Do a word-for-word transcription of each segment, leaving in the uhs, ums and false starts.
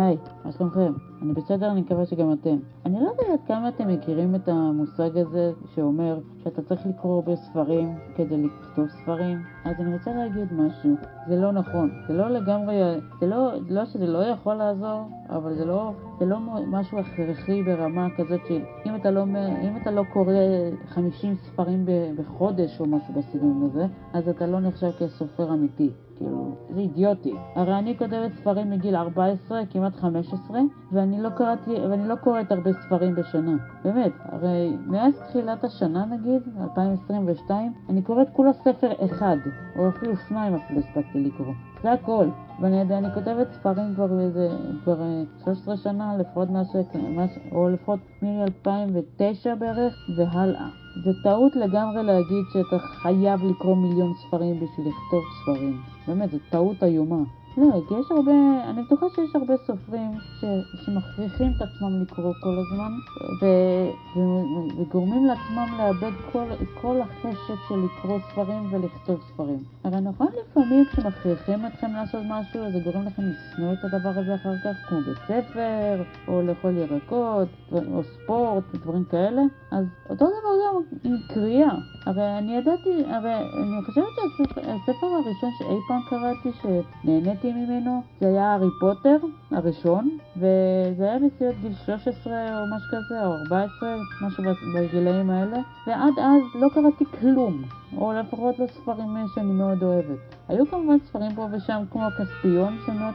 היי, מה שלומכם? אני בסדר, אני מקווה שגם אתם. אני לא יודעת כמה אתם מכירים את המושג הזה שאומר שאתה צריך לקרוא הרבה ספרים כדי לכתוב ספרים. אז אני רוצה להגיד משהו, זה לא נכון, זה לא לגמרי, זה לא, לא שזה לא יכול לעזור, אבל זה לא, זה לא משהו הכרחי ברמה כזאת שאם אתה לא, אם אתה לא קורא חמישים ספרים בחודש או משהו בסגנון הזה, אז אתה לא נחשב כסופר אמיתי. כאילו, זה אידיוטי. הרי אני כותבת ספרים מגיל ארבע עשרה, כמעט חמש עשרה, ואני לא קראתי, ואני לא קוראת הרבה ספרים בשנה. באמת, הרי מאז תחילת השנה נגיד, אלפיים עשרים ושתיים, אני קוראת כולה ספר אחד, או אפילו שניים אפילו הספקתי לקרוא. זה הכל. ואני יודע, אני כותבת ספרים כבר באיזה, כבר שלוש עשרה שנה, לפחות משהו, או לפחות מ-אלפיים ותשע בערך, והלאה. זה טעות לגמרי להגיד שאתה חייב לקרוא מיליון ספרים בשביל לכתוב ספרים. באמת, זו טעות איומה. לא, כי יש הרבה, אני בטוחה שיש הרבה סופרים ש, שמכריחים את עצמם לקרוא כל הזמן ו, ו, וגורמים לעצמם לאבד כל, כל החשק של לקרוא ספרים ולכתוב ספרים. הרי נכון לפעמים כשמכריחים אתכם לעשות משהו, זה גורם לכם לשנוא את הדבר הזה אחר כך, כמו בית ספר, או לאכול ירקות, או ספורט, דברים כאלה. אז אותו דבר גם עם קריאה. הרי אני ידעתי, הרי אני חושבת שהספר הראשון שאי פעם קראתי שנהניתי ממנו, זה היה הארי פוטר הראשון, וזה היה בסביבות גיל שלוש עשרה או משהו כזה, או ארבע עשרה, משהו בגילאים האלה, ועד אז לא קראתי כלום, או לפחות לא ספרים שאני מאוד אוהבת. היו כמובן ספרים פה ושם כמו כספיון שמאוד,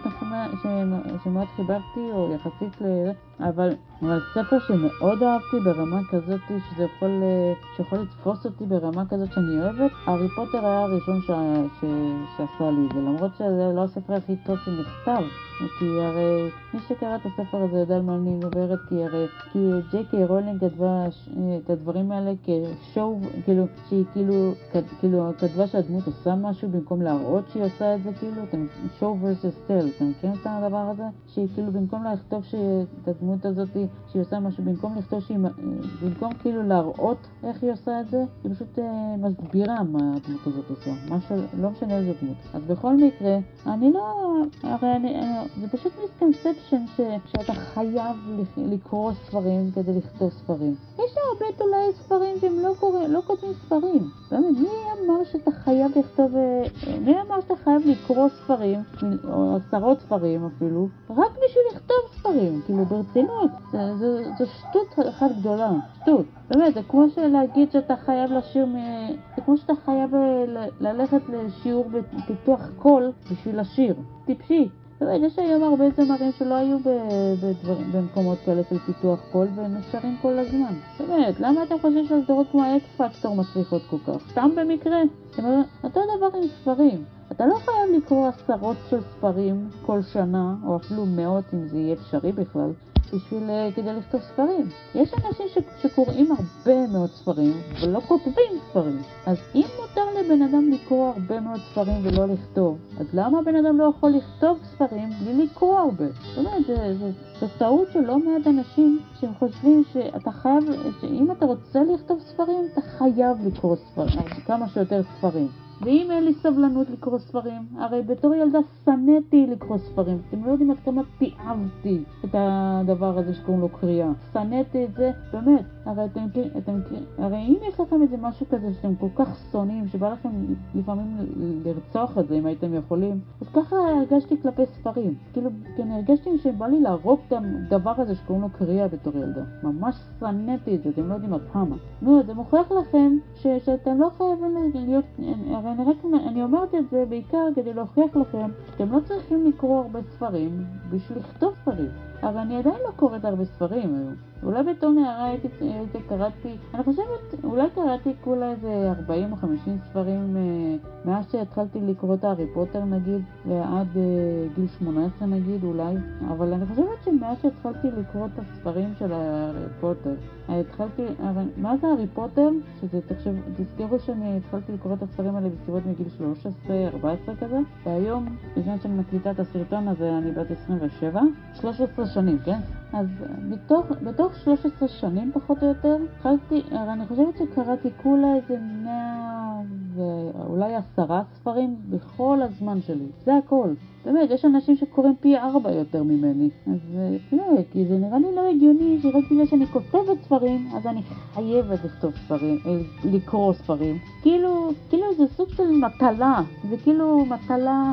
שמאוד חיברתי, או יחסית ל... אבל, אבל ספר שמאוד אהבתי ברמה כזאת שזה יכול, שיכול לתפוס אותי ברמה כזאת שאני אוהבת, הארי פוטר היה הראשון ש... ש... שעשה לי, ולמרות שזה לא הספר הכי טוב שנכתב, כי הרי מי שקרא את הספר הזה יודע על מה אני מדברת, כי הרי כי ג'יי קיי רולינג כתבה את הדברים האלה כשואו, כאילו שהיא כאילו, כאילו כתבה שהדמות עושה משהו במקום להראות שהיא עושה את זה, כאילו שואו versus tell, אתם מכירים את הדבר הזה? שהיא כאילו במקום לכתוב את הדמות הזאת שהיא עושה משהו, במקום לכתוב שהיא, במקום כאילו להראות איך היא עושה את זה, היא פשוט אה, מסבירה מה הדמות הזאת עושה, משהו, לא משנה איזה דמות. אז בכל מקרה, אני לא, הרי אני, זה פשוט מיסקונספשן ש, שאתה חייב לקרוא ספרים כדי לכתוב ספרים. יש הרבה אולי ספרים שהם לא קוראים, לא כותבים ספרים. באמת, מי אמר שאתה חייב לכתוב, מי אמר שאתה חייב לקרוא ספרים, או עשרות ספרים אפילו, רק בשביל לכתוב ספרים, כאילו ברצינות. זה, זה, זה שטות אחת גדולה, שטות. באמת, זה כמו להגיד שאתה חייב לשיר, מ... זה כמו שאתה חייב ל- ללכת לשיעור בפיתוח קול בשביל לשיר. טיפשי. באמת, יש היום הרבה זמרים שלא היו בדבר... במקומות כאלה של פיתוח קול ונשארים כל הזמן. באמת, למה אתה חושב שהסדרות כמו האקס פקטור מצליחות כל כך? סתם במקרה? אותו דבר עם ספרים. אתה לא חייב לקרוא עשרות של ספרים כל שנה, או אפילו מאות אם זה יהיה אפשרי בכלל, בשביל, כדי לכתוב ספרים. יש אנשים ש, שקוראים הרבה מאוד ספרים ולא כותבים ספרים. אז אם מותר לבן אדם לקרוא הרבה מאוד ספרים ולא לכתוב, אז למה בן אדם לא יכול לכתוב ספרים בלי לקרוא הרבה? זאת אומרת, זה, זה, זה טעות של לא מעט אנשים שהם חושבים שאתה חייב, שאם אתה רוצה לכתוב ספרים, אתה חייב לקרוא ספרים, כמה שיותר ספרים. ואם אין לי סבלנות לקרוא ספרים, הרי בתור ילדה סנאתי לקרוא ספרים. אתם לא יודעים עד כמה תיעבתי את הדבר הזה שקוראים לו קריאה. סנאתי את זה, באמת. הרי, אתם, אתם, הרי אם יש לכם איזה משהו כזה שאתם כל כך שונאים, שבא לכם לפעמים לרצוח את זה אם הייתם יכולים, אז ככה הרגשתי כלפי ספרים. כאילו, כי אני הרגשתי שבא לי להרוג את הדבר הזה שקוראים לו קריאה בתור ילדה. ממש סנאתי את זה, אתם לא יודעים עד כמה. נו, זה מוכיח לכם ש, שאתם לא חייבים להיות... הרי אני, רק, אני אומרת את זה בעיקר כדי להוכיח לכם שאתם לא צריכים לקרוא הרבה ספרים בשביל לכתוב ספרים. הרי אני עדיין לא קוראת הרבה ספרים היום. אולי בתור נערה הייתי, הייתי קראתי, אני חושבת, אולי קראתי כולה איזה ארבעים או חמישים ספרים אה, מאז שהתחלתי לקרוא את הארי פוטר נגיד, ועד אה, גיל שמונה עשרה נגיד אולי. אבל אני חושבת שמאז שהתחלתי לקרוא את הספרים של הארי פוטר, התחלתי, הרי, מה זה הארי פוטר? שזה, תחשב, תזכרו שאני התחלתי לקרוא את הספרים האלה בסביבות מגיל שלוש עשרה ארבע עשרה כזה, והיום, בזמן שאני מקליטה את הסרטון הזה, אני בת עשרים ושבע, שלוש עשרה שנים, כן? אז בתוך, בתוך שלוש עשרה שנים פחות או יותר, התחלתי, הרי אני חושבת שקראתי כולה איזה מאה ואולי עשרה ספרים בכל הזמן שלי. זה הכל. באמת, יש אנשים שקוראים פי ארבע יותר ממני. אז לא, כי זה נראה לי לא הגיוני שרק בגלל שאני כותבת ספרים, אז אני חייבת לכתוב ספרים, לקרוא ספרים. כאילו, כאילו זה סוג של מטלה. זה כאילו מטלה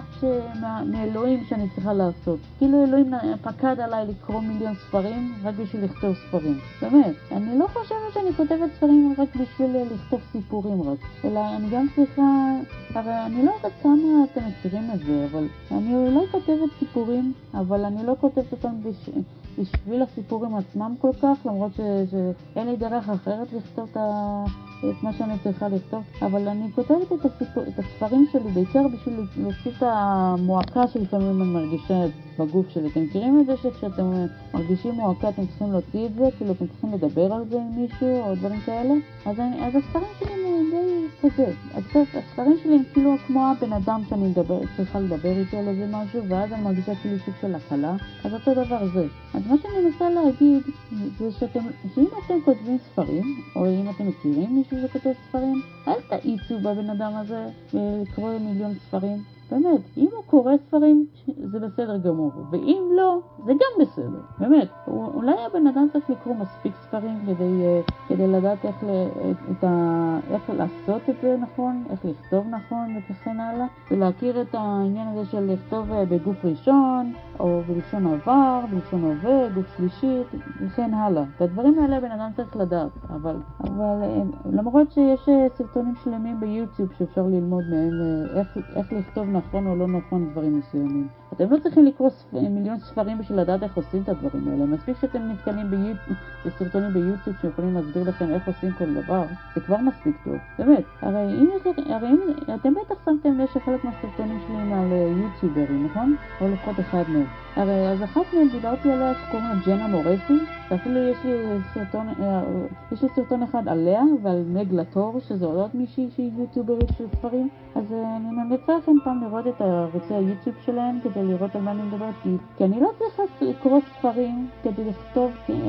מאלוהים שאני צריכה לעשות. כאילו אלוהים פקד עליי לקרוא מיליון ספרים רק בשביל לכתוב ספרים. באמת, אני לא חושבת שאני כותבת ספרים רק בשביל לכתוב סיפורים רק. אלא אני גם צריכה, הרי אני לא יודעת כמה אתם מכירים את זה, אבל אני אולי כותבת סיפורים, אבל אני לא כותבת אותם בש... בשביל הסיפורים עצמם כל כך, למרות ש... שאין לי דרך אחרת לכתוב את, ה... את מה שאני צריכה לכתוב, אבל אני כותבת את, הסיפור... את הספרים שלי בעיקר בשביל להוציא את המועקה שלפעמים אני מרגישה בגוף שלי. אתם מכירים את זה שכשאתם מרגישים מועקה אתם צריכים להוציא את זה, כאילו אתם צריכים לדבר על זה עם מישהו או דברים כאלה? אז, אני... אז הספרים שלי הם די כזה. הספרים שלי הם כאילו כמו הבן אדם שאני מדבר, צריכה לדבר איתו על איזה משהו, ואז אני מרגישה כאילו סוג של הקלה. אז אותו דבר זה. אז מה שאני מנסה להגיד זה שאתם, שאם אתם כותבים ספרים, או אם אתם מכירים מישהו שכותב ספרים, אל תאיצו בבן אדם הזה ולקרוא מיליון ספרים. באמת, אם הוא קורא ספרים, זה בסדר גמור, ואם לא, זה גם בסדר. באמת, אולי הבן אדם צריך לקרוא מספיק ספרים כדי, כדי לדעת איך, את ה, איך לעשות את זה נכון, איך לכתוב נכון וכן הלאה, ולהכיר את העניין הזה של לכתוב בגוף ראשון, או בלשון עבר, בלשון הווה, גוף שלישית, וכן הלאה. את הדברים האלה בן אדם צריך לדעת, אבל, אבל למרות שיש סרטונים שלמים ביוטיוב שאפשר ללמוד מהם איך, איך לכתוב נכון או לא נכון דברים מסוימים. אתם לא צריכים לקרוא מיליון ספרים בשביל לדעת איך עושים את הדברים האלה. מספיק שאתם נתקלים ביוטיוב, בסרטונים ביוטיוב שיכולים להסביר לכם איך עושים כל דבר, זה כבר מספיק טוב. באמת, הרי אם, הרי אם אתם בטח שמתם לב שחלק מהסרטונים שלי על יוטיוברים, נכון? או לפחות אחד מהם. הרי אז אחת מהם דיברתי עליה שקוראים לה ג'נה מורסי, ואפילו יש לי סרטון, יש לי סרטון אחד עליה ועל מג לטור, שזה עוד מישהי שהיא יוטיוברית של ספרים. אז אני ממליצה לכם פעם לראות את ערוצי היוטיוב שלהם כדי לראות על מה אני מדברת, כי, כי אני לא צריכה לקרוא ספרים כדי לכתוב,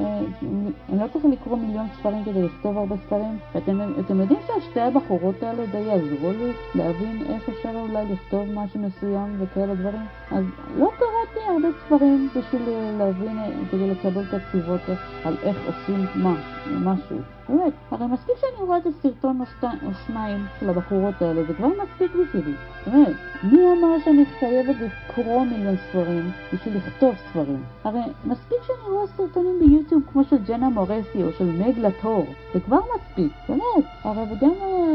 אני לא צריכה לקרוא מיליון ספרים כדי לכתוב הרבה ספרים, ואתם אתם יודעים שהשתי הבחורות האלה די יעזרו לי להבין איך אפשר אולי לכתוב משהו מסוים וכאלה דברים. אז לא קראתי הרבה ספרים בשביל להבין, כדי לקבל את התשובות על איך עושים מה, משהו. באמת, הרי מספיק שאני רואה את הסרטון או, שתי, או שניים של הבחורות האלה, זה כבר מספיק בשבילי. באמת, מי אמר שאני חייבת לקרוא מיליון ספרים בשביל לכתוב ספרים? הרי מספיק שאני רואה סרטונים ביוטיוב כמו של ג'נה מורסי או של מג לטור, זה כבר מספיק, באמת. הרי וגם,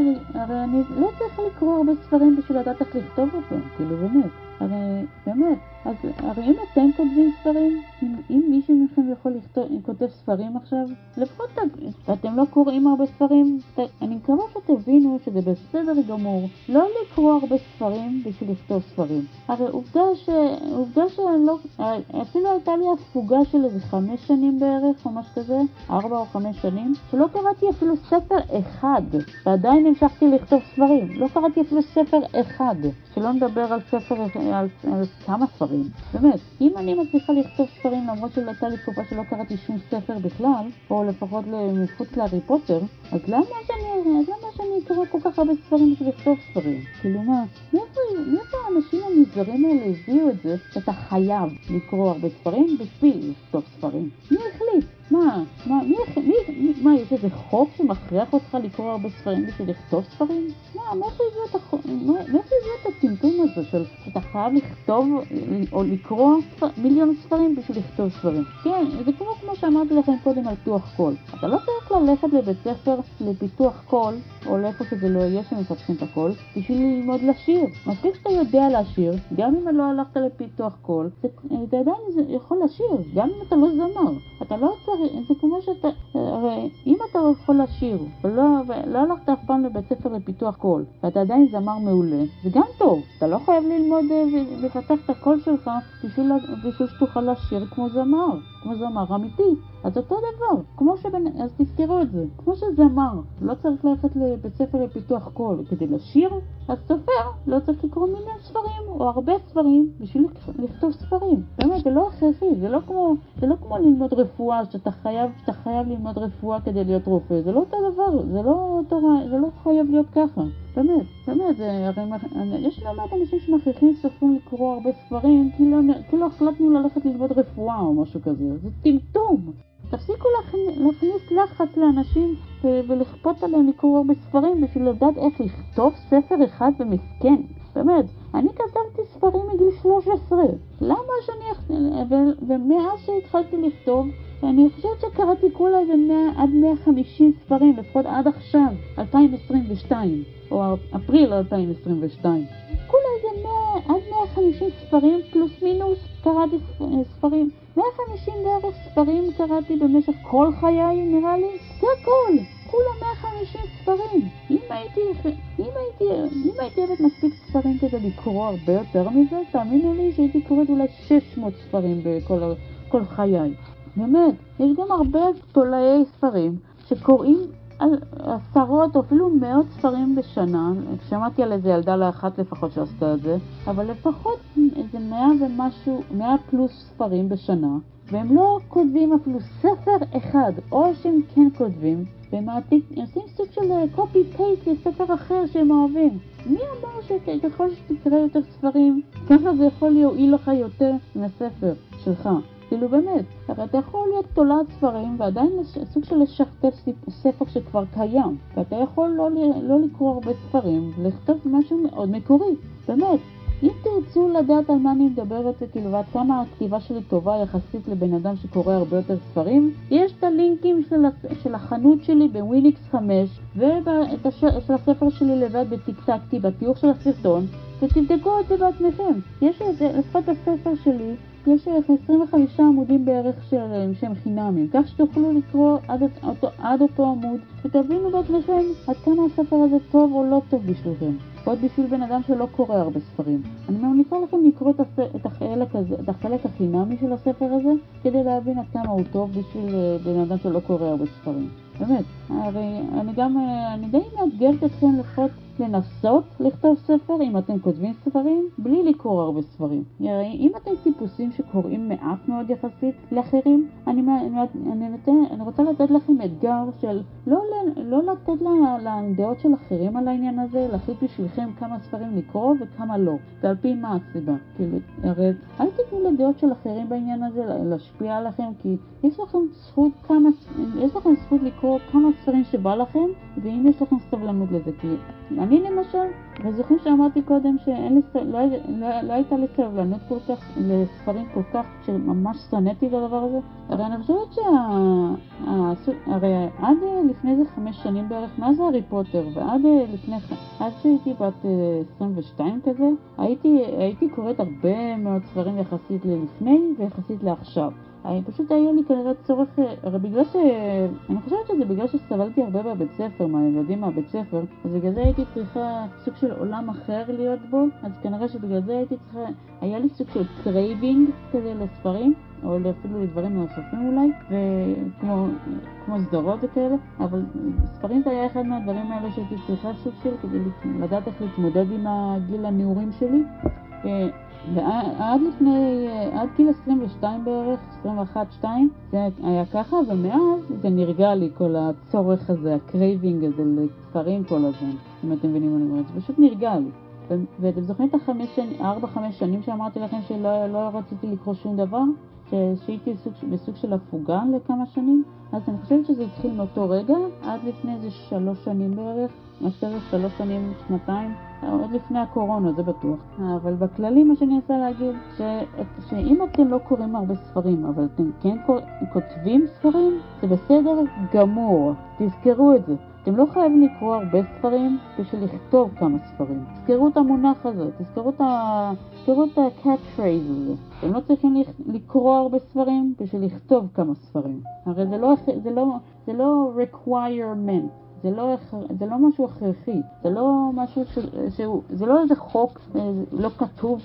הרי אני לא צריכה לקרוא הרבה ספרים בשביל לדעת איך לכתוב אותם, כאילו באמת. הרי באמת, אז הרי אם אתם כותבים ספרים, אם, אם מישהו מכם יכול לכתוב, כותב ספרים עכשיו, לפחות אתם לא קוראים הרבה ספרים, אני מקווה שתבינו שזה בסדר גמור לא לקרוא הרבה ספרים בשביל לכתוב ספרים. הרי עובדה ש... עובדה שלא, אפילו הייתה לי הפוגה של איזה חמש שנים בערך, או משהו כזה, ארבע או חמש שנים, שלא קראתי אפילו ספר אחד, ועדיין המשכתי לכתוב ספרים. לא קראתי אפילו ספר אחד, שלא נדבר על ספר, על, על כמה ספרים. באמת, אם אני מצליחה לכתוב ספרים למרות שהייתה לי תקופה שלא קראתי שום ספר בכלל, או לפחות מחוץ להארי פוטר, אז למה שאני, אז למה שאני אקרא כל כך הרבה ספרים בשביל לכתוב ספרים? כאילו מה, מאיפה, מאיפה האנשים המוזרים האלה הביאו את זה שאתה חייב לקרוא הרבה ספרים בשביל לכתוב ספרים? מי החליט? מה? מה? מי, מי, מי, מה, יש איזה חוק שמכריח אותך לקרוא הרבה ספרים בשביל לכתוב ספרים? מה, מאיפה הביאו את החוק? מאיפה הביאו את הטמטום הזה של שאתה חייב לכתוב או לקרוא מיליון ספרים בשביל לכתוב ספרים? כן, זה כמו כמו שאמרתי לכם קודם על פיתוח קול. אתה לא צריך ללכת לבית ספר לפיתוח קול, או לאיפה שזה לא יהיה שמפתחים את הקול, בשביל ללמוד לשיר. מספיק שאתה יודע לשיר, גם אם לא הלכת לפיתוח קול, אתה עדיין יכול לשיר, גם אם אתה לא זמר. אתה לא צריך, זה כמו שאתה, הרי אם אתה יכול לשיר, ולא, ולא הלכת אף פעם לבית ספר לפיתוח קול, ואתה עדיין זמר מעולה, זה גם טוב. אתה לא חייב ללמוד ולפתח את הקול שלך בשביל, בשביל שתוכל לשיר כמו זמר, כמו זמר אמיתי. אז אותו דבר, כמו שבנ... אז תזכרו את זה, כמו שזמר לא צריך ללכת לבית ספר לפיתוח קול כדי לשיר, אז סופר לא צריך לקרוא מיליון ספרים או הרבה ספרים בשביל לכתוב ספרים. באמת, זה לא הכרחי, זה לא כמו, זה לא כמו ללמוד רפואה, שאתה חייב, שאתה חייב ללמוד רפואה כדי להיות רופא, זה לא אותו דבר, זה לא, אותו, זה לא חייב להיות ככה. באמת, באמת, זה, הרי, יש לא מעט אנשים שמכריחים סופרים לקרוא הרבה ספרים, כי לא, כי לא החלטנו ללכת ללמוד רפואה או משהו כזה, זה טמטום. תפסיקו להכניס לחץ לאנשים ולכפות עליהם לקרוא הרבה ספרים בשביל לדעת איך לכתוב ספר אחד ומסכן. באמת, אני כתבתי ספרים מגיל שלוש עשרה. למה שאני... ו... ומאז שהתחלתי לכתוב, אני חושבת שקראתי כולה איזה מאה עד מאה וחמישים ספרים, לפחות עד עכשיו, אלפיים עשרים ושתיים, או אפריל אלפיים עשרים ושתיים. כולה איזה מאה עד מאה וחמישים ספרים פלוס מינוס קראתי ספרים. מאה וחמישים בערך ספרים קראתי במשך כל חיי, נראה לי. זה הכל. כולה מאה וחמישים ספרים. אם הייתי, אם הייתי, אם הייתי אוהבת מספיק ספרים כדי לקרוא הרבה יותר מזה, תאמינו לי שהייתי קוראת אולי שש מאות ספרים בכל כל חיי. באמת, יש גם הרבה תולעי ספרים שקוראים על עשרות או אפילו מאות ספרים בשנה. שמעתי על איזה ילדה לאחת לפחות שעשתה את זה, אבל לפחות איזה מאה ומשהו, מאה פלוס ספרים בשנה, והם לא כותבים אפילו ספר אחד, או שהם כן כותבים, והם עושים סוג של קופי פייסט לספר אחר שהם אוהבים. מי אמר שככל שתקרא יותר ספרים, ככה זה יכול להועיל לך יותר מהספר שלך? כאילו באמת, הרי אתה יכול להיות תולעת ספרים ועדיין סוג של לשכתב ספר שכבר קיים, ואתה יכול לא, לא לקרוא הרבה ספרים ולכתוב משהו מאוד מקורי. באמת, אם תרצו לדעת על מה אני מדברת, כאילו, ועד כמה הכתיבה שלי טובה יחסית לבן אדם שקורא הרבה יותר ספרים, יש את הלינקים של, של החנות שלי בוויניקס חמש, ואת השיר, של הספר שלי לבד בטיקטקטי, בתיאור של הסרטון, ותבדקו את זה בעצמכם. יש את זה, לפחות הספר שלי, יש עשרים וחמישה עמודים בערך של, שהם חינמים, כך שתוכלו לקרוא עד אותו, עד אותו עמוד, ותבינו בעצמכם עד כמה הספר הזה טוב או לא טוב בשבילכם. עוד בשביל בן אדם שלא קורא הרבה ספרים. אני ממליצה לכם לקרוא את, הס... את, החלק הזה, את החלק החינמי של הספר הזה, כדי להבין עד כמה הוא טוב בשביל בן אדם שלא קורא הרבה ספרים. באמת, הרי אני גם, אני די מאתגרת אתכם לפחות לנסות לכתוב ספר אם אתם כותבים ספרים, בלי לקרוא הרבה ספרים. הרי אם אתם טיפוסים שקוראים מעט מאוד יחסית לאחרים, אני, אני, אני, נותן, אני רוצה לתת לכם אתגר של לא, לא לתת לדעות של אחרים על העניין הזה, להחליט בשבילכם כמה ספרים לקרוא וכמה לא, ועל פי מה הסיבה. כאילו, הרי אל תתנו לדעות של אחרים בעניין הזה להשפיע עליכם, כי יש לכם זכות כמה, יש לכם זכות לקרוא כמה ספרים שבא לכם, ואם יש לכם סבלנות לזה, כי אני למשל, וזוכרים שאמרתי קודם שאין לי, לא, לא, לא הייתה לי סבלנות כל כך, לספרים כל כך, שממש שנאתי את הדבר הזה. הרי אני חושבת שה... הרי עד לפני זה חמש שנים בערך, מה זה הארי פוטר, ועד לפני, עד שהייתי בת עשרים ושתיים כזה, הייתי, הייתי קוראת הרבה מאוד ספרים יחסית ללפני ויחסית לעכשיו. פשוט היה לי כנראה צורך, הרי בגלל ש... אני חושבת שזה בגלל שסבלתי הרבה בבית ספר, מהילדים מהבית ספר, אז בגלל זה הייתי צריכה סוג של עולם אחר להיות בו, אז כנראה שבגלל זה הייתי צריכה, היה לי סוג של קרייבינג כזה לספרים, או אפילו לדברים נוספים אולי, וכמו כמו סדרות וכאלה, אבל ספרים זה היה אחד מהדברים האלה שהייתי צריכה סוג של, כדי לדעת איך להתמודד עם הגיל הנעורים שלי. ועד לפני, עד גיל עשרים ושתיים בערך, עשרים ואחת שתיים, זה היה ככה, ומאז זה נרגע לי כל הצורך הזה, הקרייבינג הזה לספרים כל הזמן, אם אתם מבינים מה אני אומרת, זה פשוט נרגע לי. ואתם זוכרים את החמש שנים, ארבע, חמש שנים שאמרתי לכם שלא לא רציתי לקרוא שום דבר? שהייתי סוג, בסוג של הפוגה לכמה שנים? אז אני חושבת שזה התחיל מאותו רגע, עד לפני איזה שלוש שנים בערך, משהו שלוש שנים, שנתיים, עוד לפני הקורונה, זה בטוח. אבל בכללי מה שאני רוצה להגיד, ש... שאם אתם לא קוראים הרבה ספרים, אבל אתם כן כותבים ספרים, זה בסדר גמור. תזכרו את זה. אתם לא חייבים לקרוא הרבה ספרים בשביל לכתוב כמה ספרים. תזכרו את המונח הזה, תזכרו את ה... תזכרו את ה-catchphrase הזה. אתם לא צריכים לקרוא הרבה ספרים בשביל לכתוב כמה ספרים. הרי זה לא, זה לא, זה לא requirement. זה לא, זה לא משהו הכרחי, זה לא משהו ש, שהוא, זה לא איזה חוק, לא כתוב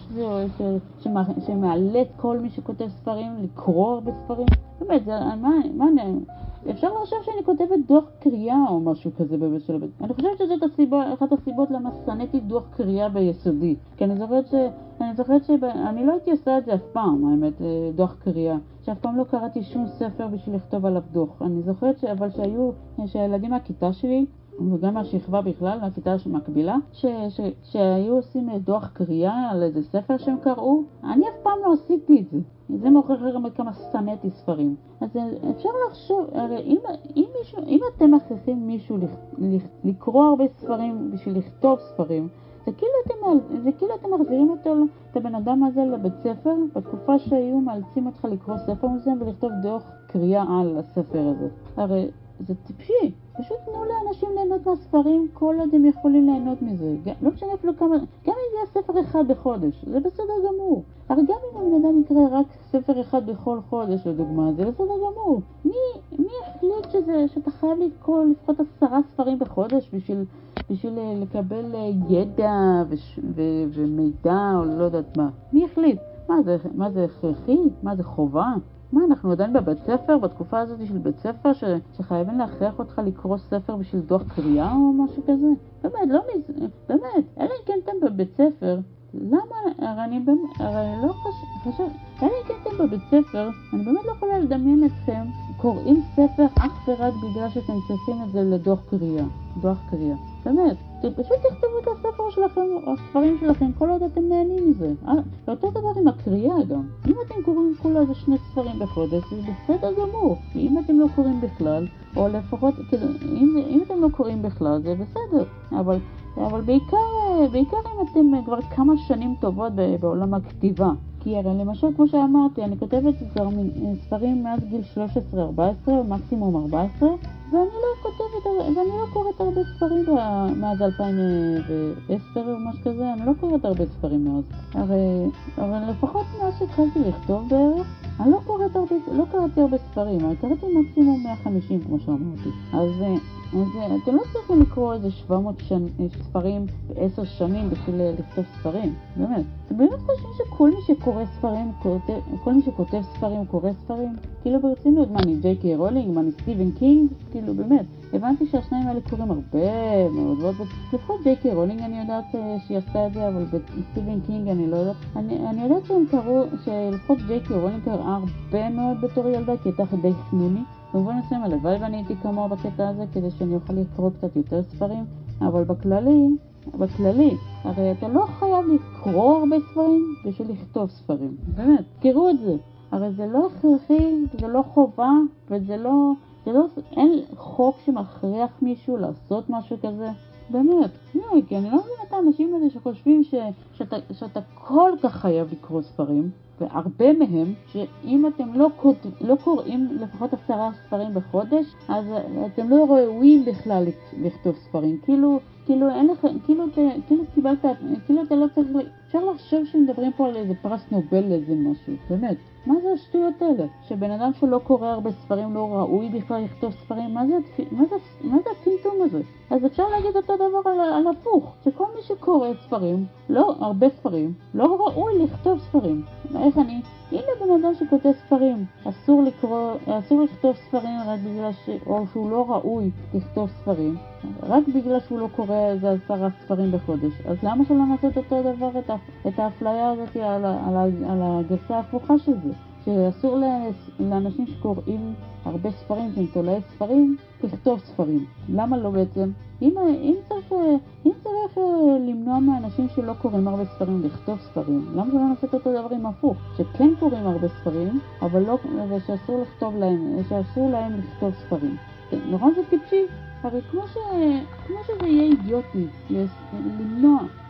שמעלה את כל מי שכותב ספרים, לקרוא הרבה ספרים. באמת, זה, מה, מה, אפשר לחשוב שאני כותבת דוח קריאה או משהו כזה בבשל הבית. אני חושבת שזאת הסיבה, אחת הסיבות למה שנאתי דוח קריאה ביסודי. כי אני זוכרת ש... אני זוכרת שאני לא הייתי עושה את זה אף פעם, האמת, דוח קריאה. שאף פעם לא קראתי שום ספר בשביל לכתוב עליו דוח. אני זוכרת ש... אבל שהיו, שהילדים מהכיתה שלי, וגם מהשכבה בכלל, מהכיתה שמקבילה, ש... ש... שהיו עושים דוח קריאה על איזה ספר שהם קראו. אני אף פעם לא עשיתי את זה. זה מוכרח גם כמה שנאתי ספרים. אז אפשר לחשוב, הרי אם, אם, מישהו, אם אתם מכריחים מישהו לכ, לכ, לקרוא הרבה ספרים בשביל לכתוב ספרים, זה כאילו אתם, זה כאילו אתם מחזירים אותו, את הבן אדם הזה לבית ספר, בתקופה שהיו מאלצים אותך לקרוא ספר מסוים ולכתוב דוח קריאה על הספר הזה. הרי זה טיפשי. פשוט תנו לאנשים ליהנות מהספרים, כל עוד הם יכולים ליהנות מזה. לא משנה אפילו כמה, גם אם זה ספר אחד בחודש, זה בסדר גמור. הרי גם אם הבן אדם יקרא רק ספר אחד בכל חודש, לדוגמה, זה בסדר גמור. מי, מי החליט שזה, שאתה חייב לקרוא לפחות עשרה ספרים בחודש בשביל, בשביל לקבל ידע וש, ו, ומידע או לא יודעת מה? מי החליט? מה זה, מה זה הכרחי? מה זה חובה? מה, אנחנו עדיין בבית ספר, בתקופה הזאת של בית ספר, ש... שחייבים להכריח אותך לקרוא ספר בשביל דוח קריאה או משהו כזה? באמת, לא מזה, באמת, אלא אם כן אתם בבית ספר, למה, הרי אני באמת, הרי לא חשב, חשב, אלא אם כן אתם בבית ספר, אני באמת לא יכולה לדמיין אתכם, קוראים ספר אך ורק בגלל שאתם צריכים את זה לדוח קריאה, דוח קריאה. באמת, פשוט תכתבו את הספר שלכם, הספרים שלכם, כל עוד אתם נהנים מזה. אותו דבר עם הקריאה גם. אם אתם קוראים כל איזה שני ספרים בחודש, זה בסדר גמור. ואם אתם לא קוראים בכלל, או לפחות, כאילו, אם, אם אתם לא קוראים בכלל, זה בסדר. אבל, אבל בעיקר, בעיקר אם אתם כבר כמה שנים טובות בעולם הכתיבה. כי הרי למשל, כמו שאמרתי, אני כותבת כבר ספרים מאז גיל שלוש עשרה ארבע עשרה, או מקסימום ארבע עשרה, ואני לא כותבת, ואני לא קוראת הרבה ספרים מאז אלפיים ועשר או משהו כזה, אני לא קוראת הרבה ספרים מאז. הרי, אבל לפחות מאז שהתחלתי לכתוב בערך, אני לא קוראת הרבה, לא קראתי הרבה ספרים, אני קראתי מקסימום מאה וחמישים כמו שאמרתי. אז, אז אתם לא צריכים לקרוא איזה שבע מאות שנ, ספרים בעשר שנים בשביל לכתוב ספרים, באמת. אתם באמת חושבים שכל מי שקורא ספרים, כותב, כל מי שכותב ספרים קורא ספרים? כאילו ברצינות, מה אני ג'יי קיי רולינג, מה אני סטיבן קינג? כאילו באמת, הבנתי שהשניים האלה קוראים הרבה מאוד, ועוד לפחות ג'יי קיי רולינג אני יודעת שהיא עשתה את זה, אבל בסטיבן קינג אני לא יודעת. אני, אני יודעת שהם קראו, שלפחות ג'יי קיי רולינג קראה הרבה מאוד בתור ילדה, כי הייתה די חנונית. במובן מסוים הלוואי ואני הייתי כמוה בקטע הזה, כדי שאני אוכל לקרוא קצת יותר ספרים, אבל בכללי, בכללי, הרי אתה לא חייב לקרוא הרבה ספרים בשביל לכתוב ספרים. באמת, תראו את זה. הרי זה לא הכרחי, זה לא חובה, וזה לא, זה לא, אין חוק שמכריח מישהו לעשות משהו כזה. באמת, לא, כי אני לא מבין את האנשים האלה שחושבים ש, שאתה, שאתה כל כך חייב לקרוא ספרים, והרבה מהם, שאם אתם לא, כות, לא קוראים לפחות עשרה ספרים בחודש, אז אתם לא ראויים בכלל לכתוב ספרים. כאילו, כאילו, אין לך, כאילו, כאילו קיבלת, כאילו אתה לא צריך, אפשר לחשוב שמדברים פה על איזה פרס נובל לאיזה משהו, באמת. מה זה השטויות האלה? שבן אדם שלא קורא הרבה ספרים לא ראוי בכלל לכתוב ספרים? מה זה, מה זה, מה זה הטמטום הזה? אז אפשר להגיד אותו דבר על, על הפוך, שכל מי שקורא ספרים, לא הרבה ספרים, לא ראוי לכתוב ספרים. איך אני? הנה בן אדם שכותב ספרים, אסור לקרוא, אסור לכתוב ספרים רק בגלל ש... או שהוא לא ראוי לכתוב ספרים, רק בגלל שהוא לא קורא איזה עשרה ספרים בחודש. אז למה שלא נעשות אותו דבר, את, את האפליה הזאת על, על, על, על הגרסה ההפוכה של זה? שאסור לאנשים שקוראים הרבה ספרים, שהם תולעי ספרים, לכתוב ספרים. למה לא בעצם? אם, אם, צריך, אם צריך למנוע מאנשים שלא קוראים הרבה ספרים לכתוב ספרים, למה שלא נעשות אותו דבר עם הפוך? שכן קוראים הרבה ספרים, אבל לא, ושאסור לכתוב להם, שאסור להם לכתוב ספרים. נכון, זה טיפשי? הרי כמו, ש... כמו שזה יהיה אידיוטי למנוע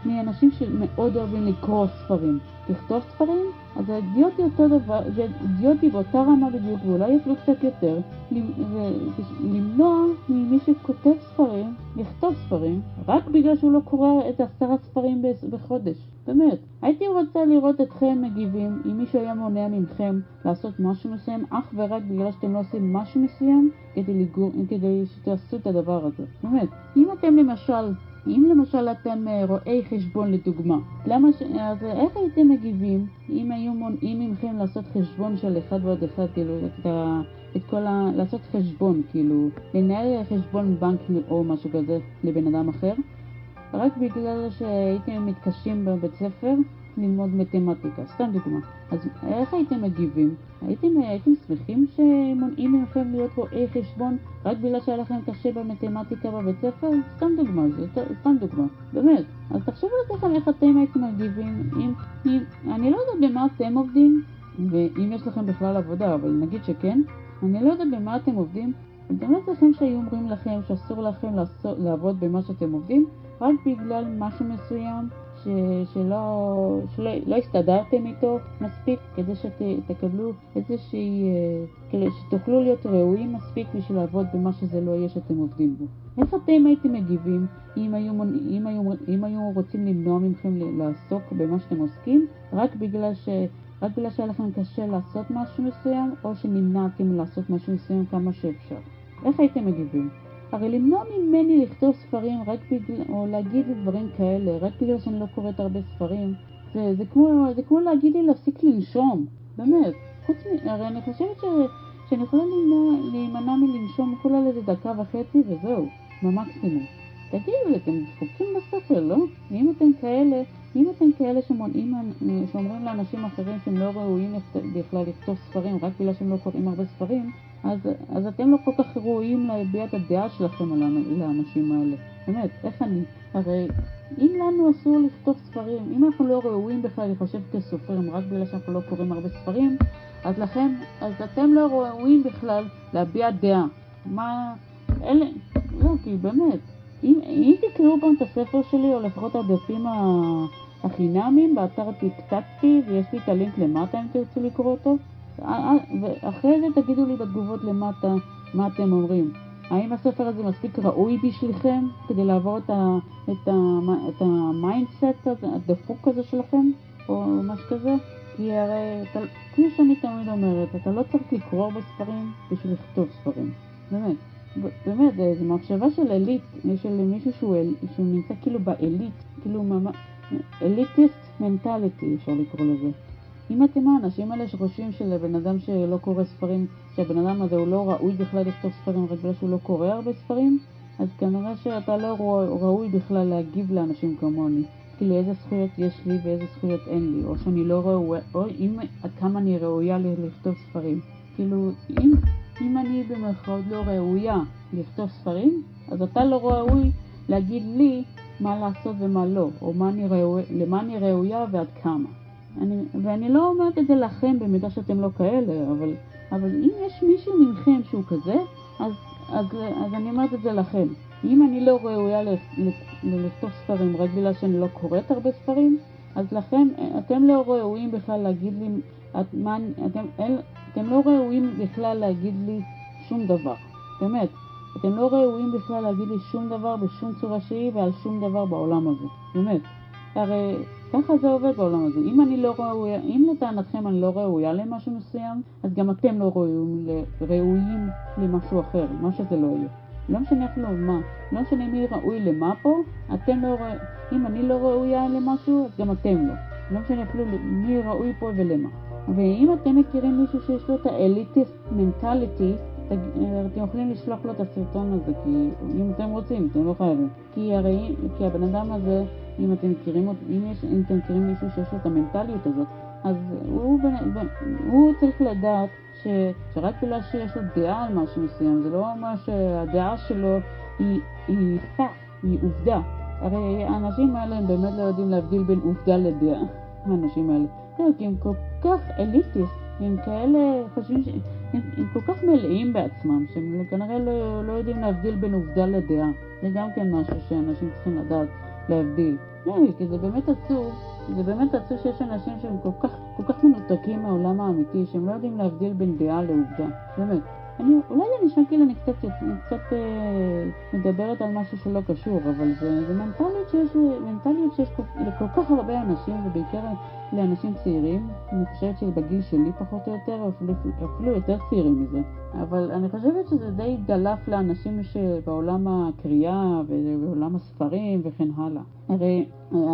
מאנשים שמאוד אוהבים לקרוא ספרים. לכתוב ספרים, אז זה אידיוטי אותו דבר, זה אידיוטי באותה רמה בדיוק, ואולי אפילו קצת יותר, למנוע ממי שכותב ספרים, לכתוב ספרים, רק בגלל שהוא לא קורא את עשרה ספרים בחודש. באמת, הייתי רוצה לראות אתכם מגיבים אם מישהו היה מונע ממכם לעשות משהו מסוים, אך ורק בגלל שאתם לא עושים משהו מסוים כדי, לגור, כדי שתעשו את הדבר הזה. באמת, אם אתם למשל, אם למשל אתם רואי חשבון לדוגמה, למה ש... אז איך הייתם מגיבים אם היו מונעים ממכם לעשות חשבון של אחד ועוד אחד, כאילו, את, ה... את כל ה... לעשות חשבון, כאילו, לנהל חשבון בנק או משהו כזה לבן אדם אחר? רק בגלל שהייתם מתקשים בבית ספר ללמוד מתמטיקה, סתם דוגמה. אז איך הייתם מגיבים? הייתם, הייתם שמחים שמונעים ממכם להיות רואי חשבון רק בגלל שהיה לכם קשה במתמטיקה בבית ספר? סתם דוגמה, זה סתם דוגמה, באמת. אז תחשבו לכם איך אתם הייתם מגיבים, אם, אם, אני לא יודעת במה אתם עובדים, ואם יש לכם בכלל עבודה, אבל נגיד שכן, אני לא יודעת במה אתם עובדים, אתם לא צריכים שהיו אומרים לכם שאסור לכם לעשות, לעבוד במה שאתם עובדים, רק בגלל משהו מסוים ש, שלא, שלא לא הסתדרתם איתו מספיק כדי שתקבלו איזושהי, כדי שתוכלו להיות ראויים מספיק בשביל לעבוד במה שזה לא יהיה שאתם עובדים בו. איך אתם הייתם מגיבים אם היו, אם היו, אם היו רוצים למנוע מכם לעסוק במה שאתם עוסקים רק בגלל ש... רק בגלל שהיה לכם קשה לעשות משהו מסוים או שנמנעתם לעשות משהו מסוים כמה שאפשר? איך הייתם מגיבים? הרי למנוע ממני לכתוב ספרים רק בגלל, או להגיד לי דברים כאלה, רק בגלל שאני לא קוראת הרבה ספרים, זה, זה, כמו, זה כמו להגיד לי להפסיק לנשום, באמת. חוץ מ... הרי אני חושבת ש, שאני יכולה להימנע, להימנע מלנשום כולה לזה דקה וחצי וזהו, במקסימום. תגידו לי, אתם דפוקים בספר, לא? אם אתם כאלה, אם אתם כאלה שמונעים, שאומרים לאנשים אחרים שהם לא ראויים בכלל לכתוב ספרים רק בגלל שהם לא קוראים הרבה ספרים, אז, אז אתם לא כל כך ראויים להביע את הדעה שלכם על האנשים האלה. באמת, איך אני? הרי אם לנו אסור לכתוב ספרים, אם אנחנו לא ראויים בכלל לחשב כסופרים רק בגלל שאנחנו לא קוראים הרבה ספרים, אז לכם, אז אתם לא ראויים בכלל להביע דעה. מה? אלה, לא, כי באמת, אם, אם תקראו פעם את הספר שלי, או לפחות הדפים החינמים באתר טיקטקטי, ויש לי את הלינק למטה אם תרצו לקרוא אותו, ואחרי זה תגידו לי בתגובות למטה מה אתם אומרים. האם הספר הזה מספיק ראוי בשבילכם כדי לעבור את, ה, את, ה, את המיינדסט הזה, הדפוק הזה שלכם, או משהו כזה? כי הרי, אתה, כמו שאני תמיד אומרת, אתה לא צריך לקרוא בספרים בשביל לכתוב ספרים. באמת, באמת, זו מחשבה של אליט, של מישהו שהוא, שהוא נמצא כאילו באליט, כאילו ממש, אליטיסט מנטליטי אפשר לקרוא לזה. אם אתם האנשים האלה שחושבים שלבן אדם שלא קורא ספרים, שהבן אדם הזה הוא לא ראוי בכלל לכתוב ספרים רק בגלל שהוא לא קורא הרבה ספרים, אז כנראה שאתה לא ראוי בכלל להגיב לאנשים כמוני. כאילו איזה זכויות יש לי ואיזה זכויות אין לי, או שאני לא ראוי, או אם, עד כמה אני ראויה לכתוב ספרים. כאילו, אם, אם אני במרכאות לא ראויה לכתוב ספרים, אז אתה לא ראוי להגיד לי מה לעשות ומה לא, או מה אני ראוי, למה אני ראויה ועד כמה. אני, ואני לא אומרת את זה לכם במידה שאתם לא כאלה, אבל, אבל אם יש מישהו מכם שהוא כזה, אז, אז, אז אני אומרת את זה לכם. אם אני לא ראויה לכתוב ספרים רק בגלל שאני לא קוראת הרבה ספרים, אז לכם, אתם לא ראויים בכלל להגיד לי, את, מה, אתם, אל, אתם לא ראויים בכלל להגיד לי שום דבר. באמת, אתם לא ראויים בכלל להגיד לי שום דבר בשום צורה שהיא ועל שום דבר בעולם הזה. באמת. הרי ככה זה עובד בעולם הזה. אם אני לא ראויה, אם לטענתכם אני לא ראויה למשהו מסוים, אז גם אתם לא ראויים, ראויים למשהו אחר, מה שזה לא יהיה. לא משנה אפילו מה, לא משנה מי ראוי למה פה, אתם לא ראויים, אם אני לא ראויה למשהו, אז גם אתם לא. לא משנה אפילו מי ראוי פה ולמה. ואם אתם מכירים מישהו שיש לו את האליטיסט מנטליטי, אתם יכולים לשלוח לו את הסרטון הזה, כי אם אתם רוצים, אתם לא חייבים. כי הרי, כי הבן אדם הזה, אם אתם מכירים, אם, יש, אם אתם מכירים מישהו שיש לו את המנטליות הזאת, אז הוא, הוא צריך לדעת ש, שרק בגלל שיש לו דעה על משהו מסוים, זה לא אומר שהדעה שלו היא, היא fact, היא עובדה. הרי האנשים האלה הם באמת לא יודעים להבדיל בין עובדה לדעה, האנשים האלה. כי הם כל כך אליטיסט, הם כאלה חושבים שהם הם כל כך מלאים בעצמם, שהם כנראה לא, לא יודעים להבדיל בין עובדה לדעה. זה גם כן משהו שאנשים צריכים לדעת להבדיל. לא, כי זה באמת עצוב, זה באמת עצוב שיש אנשים שהם כל כך, כל כך מנותקים מהעולם האמיתי, שהם לא יודעים להבדיל בין דעה לעובדה, באמת. אני, אולי זה נשמע כאילו אני קצת, אני קצת אה, מדברת על משהו שלא קשור, אבל זה, זה מנטליות שיש, מנטליות שיש כל, לכל כך הרבה אנשים, ובעיקר לאנשים צעירים. אני חושבת שבגיל שלי פחות או יותר, אפילו, אפילו יותר צעירים מזה. אבל אני חושבת שזה די דלף לאנשים שבעולם הקריאה ובעולם הספרים וכן הלאה. הרי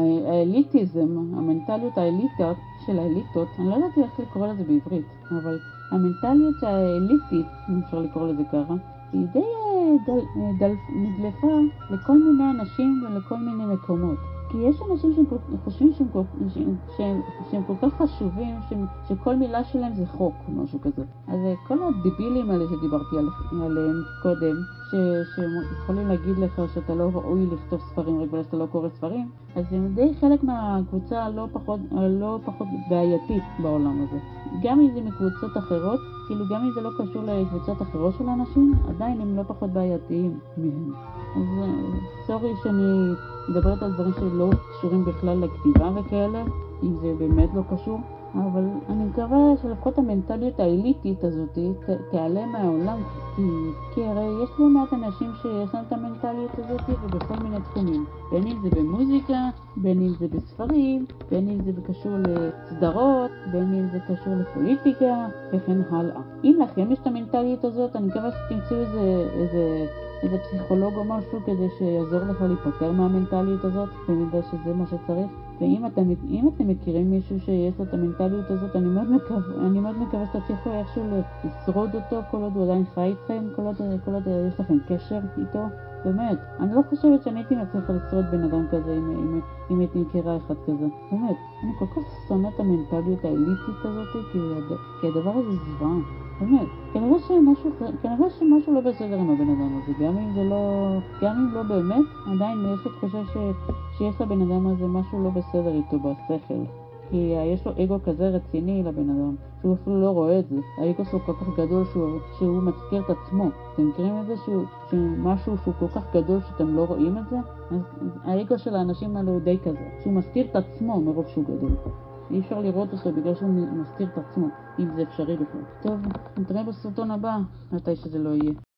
האליטיזם, המנטליות האליטית של האליטות, אני לא יודעת איך לקרוא לזה בעברית, אבל המנטליות האליטית, אם אפשר לקרוא לזה ככה, היא די דל, דל, נדלפה לכל מיני אנשים ולכל מיני מקומות. כי יש אנשים שחושבים שהם כל, שהם, שהם, שהם כל כך חשובים, שהם, שכל מילה שלהם זה חוק או משהו כזה. אז כל הדיבילים האלה שדיברתי עליהם קודם, ש, שהם יכולים להגיד לך שאתה לא ראוי לכתוב ספרים רק בגלל שאתה לא קורא ספרים, אז הם די חלק מהקבוצה הלא פחות, הלא פחות בעייתית בעולם הזה. גם אם זה מקבוצות אחרות, כאילו גם אם זה לא קשור לקבוצות אחרות של אנשים, עדיין הם לא פחות בעייתיים מהם. אז סורי שאני מדברת על דברים שלא קשורים בכלל לכתיבה וכאלה, אם זה באמת לא קשור, אבל אני מקווה שלפחות המנטליות האליטית הזאת ת, תיעלם מהעולם, כי, כי הרי יש לא מעט אנשים שיש להם את המנטליות הזאת ובכל מיני תחומים, בין אם זה במוזיקה, בין אם זה בספרים, בין אם זה קשור לסדרות, בין אם זה קשור לפוליטיקה וכן הלאה. אם לכם יש את המנטליות הזאת, אני מקווה שתמצאו איזה, איזה איזה פסיכולוג או משהו כדי שיעזור לך להיפטר מהמנטליות הזאת, במידה שזה מה שצריך. ואם אתם, אם אתם מכירים מישהו שיש לו את המנטליות הזאת, אני מאוד מקווה, אני מאוד מקווה שתצליחו איכשהו לשרוד אותו כל עוד הוא עדיין חי איתכם, כל עוד, כל עוד יש לכם קשר איתו. באמת, אני לא חושבת שאני הייתי מצליחה לשרוד בן אדם כזה אם, אם, אם הייתי מכירה אחד כזה. באמת, אני כל כך שונא את המנטליות האליטית הזאת, כי, כי הדבר הזה זוועה. באמת, כנראה שמשהו, כנראה שמשהו לא בסדר עם הבן אדם הזה, גם אם זה לא, גם אם לא באמת, עדיין יש לי תחושה ש, שיש לבן אדם הזה משהו לא בסדר איתו בשכל. כי יש לו אגו כזה רציני לבן אדם, שהוא אפילו לא רואה את זה. האגו שלו כל כך גדול שהוא, שהוא מזכיר את עצמו. אתם מכירים את זה? שהוא, שמשהו שהוא כל כך גדול שאתם לא רואים את זה? אז האגו של האנשים האלה הוא די כזה, שהוא מזכיר את עצמו מרוב שהוא גדול. אי אפשר לראות אותו בגלל שהוא מסתיר את עצמו, אם זה אפשרי בכלל. טוב, נתראה בסרטון הבא, מתי שזה לא יהיה.